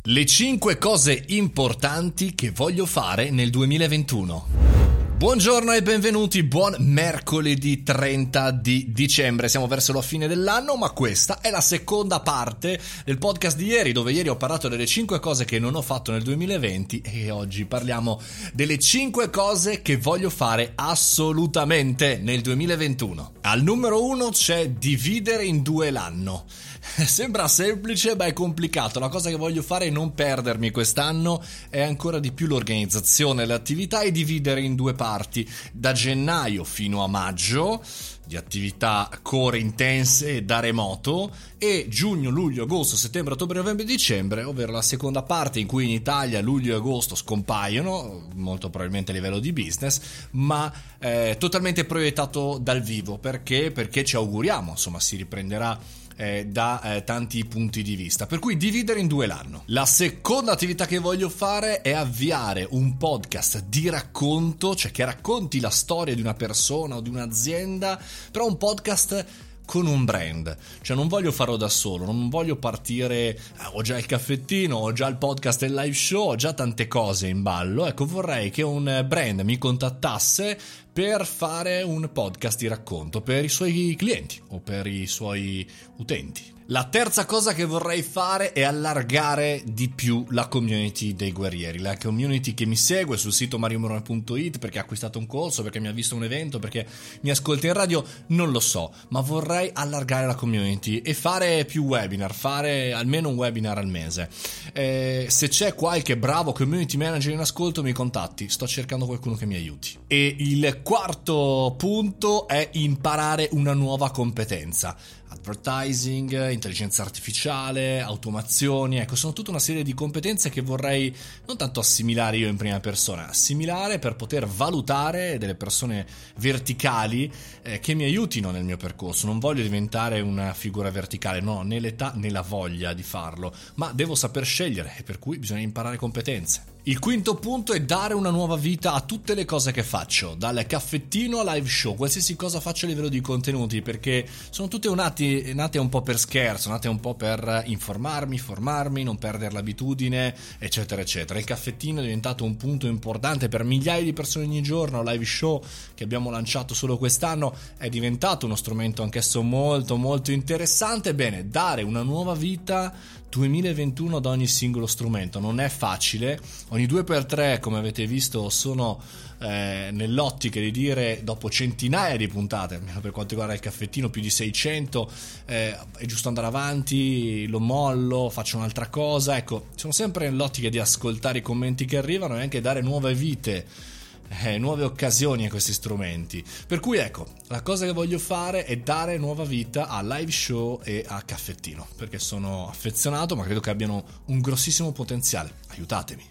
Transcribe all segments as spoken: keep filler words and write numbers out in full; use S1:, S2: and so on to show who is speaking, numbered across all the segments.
S1: Le cinque cose importanti che voglio fare nel duemilaventuno. Buongiorno e benvenuti, buon mercoledì trenta di dicembre, siamo verso la fine dell'anno, ma questa è la seconda parte del podcast di ieri, dove ieri ho parlato delle cinque cose che non ho fatto nel duemilaventi e oggi parliamo delle cinque cose che voglio fare assolutamente nel duemilaventuno. Al numero uno c'è dividere in due l'anno. Sembra semplice, ma è complicato. La cosa che voglio fare è non perdermi quest'anno, è ancora di più l'organizzazione delle attività e dividere in due parti. Da gennaio fino a maggio di attività core intense da remoto, e giugno, luglio, agosto, settembre, ottobre, novembre, dicembre, ovvero la seconda parte in cui in Italia luglio e agosto scompaiono, molto probabilmente a livello di business, ma eh, totalmente proiettato dal vivo. Perché? Perché ci auguriamo, insomma, si riprenderà Eh, da eh, tanti punti di vista, per cui dividere in due l'anno. La seconda attività che voglio fare è avviare un podcast di racconto, cioè che racconti la storia di una persona o di un'azienda, però un podcast con un brand. Cioè non voglio farlo da solo, non voglio partire, eh, ho già il caffettino, ho già il podcast e il live show, ho già tante cose in ballo. Ecco, vorrei che un brand mi contattasse per fare un podcast di racconto per i suoi clienti o per i suoi utenti. La terza cosa che vorrei fare è allargare di più la community dei guerrieri, la community che mi segue sul sito mario moroni punto it perché ha acquistato un corso, perché mi ha visto un evento, perché mi ascolta in radio, non lo so, ma vorrei allargare la community e fare più webinar, fare almeno un webinar al mese. Eh, se c'è qualche bravo community manager in ascolto, mi contatti, sto cercando qualcuno che mi aiuti. E il quarto punto è imparare una nuova competenza. Advertising, intelligenza artificiale, automazioni, ecco, sono tutta una serie di competenze che vorrei non tanto assimilare io in prima persona, assimilare per poter valutare delle persone verticali eh, che mi aiutino nel mio percorso. Non voglio diventare una figura verticale, non ho né l'età né la voglia di farlo, ma devo saper scegliere e per cui bisogna imparare competenze. Il quinto punto è dare una nuova vita a tutte le cose che faccio, dal caffettino a live show, qualsiasi cosa faccio a livello di contenuti, perché sono tutte nate, nate un po' per scherzo, nate un po' per informarmi, formarmi, non perdere l'abitudine, eccetera, eccetera. Il caffettino è diventato un punto importante per migliaia di persone ogni giorno, live show che abbiamo lanciato solo quest'anno è diventato uno strumento anch'esso molto molto interessante. Bene, dare una nuova vita duemilaventuno ad ogni singolo strumento non è facile. Ogni due per tre, come avete visto, sono eh, nell'ottica di dire, dopo centinaia di puntate, almeno per quanto riguarda il caffettino, più di seicento, eh, è giusto andare avanti, lo mollo, faccio un'altra cosa. Ecco, sono sempre nell'ottica di ascoltare i commenti che arrivano e anche dare nuove vite, Eh, nuove occasioni a questi strumenti. Per cui ecco, la cosa che voglio fare è dare nuova vita a live show e a caffettino, perché sono affezionato, ma credo che abbiano un grossissimo potenziale. Aiutatemi.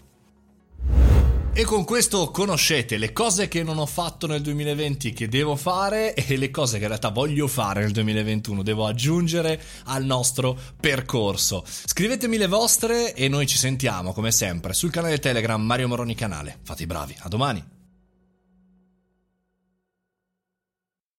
S1: E con questo conoscete le cose che non ho fatto nel duemilaventi che devo fare e le cose che in realtà voglio fare nel duemilaventuno, devo aggiungere al nostro percorso. Scrivetemi le vostre e noi ci sentiamo come sempre sul canale Telegram Mario Moroni Canale. Fate i bravi, a domani.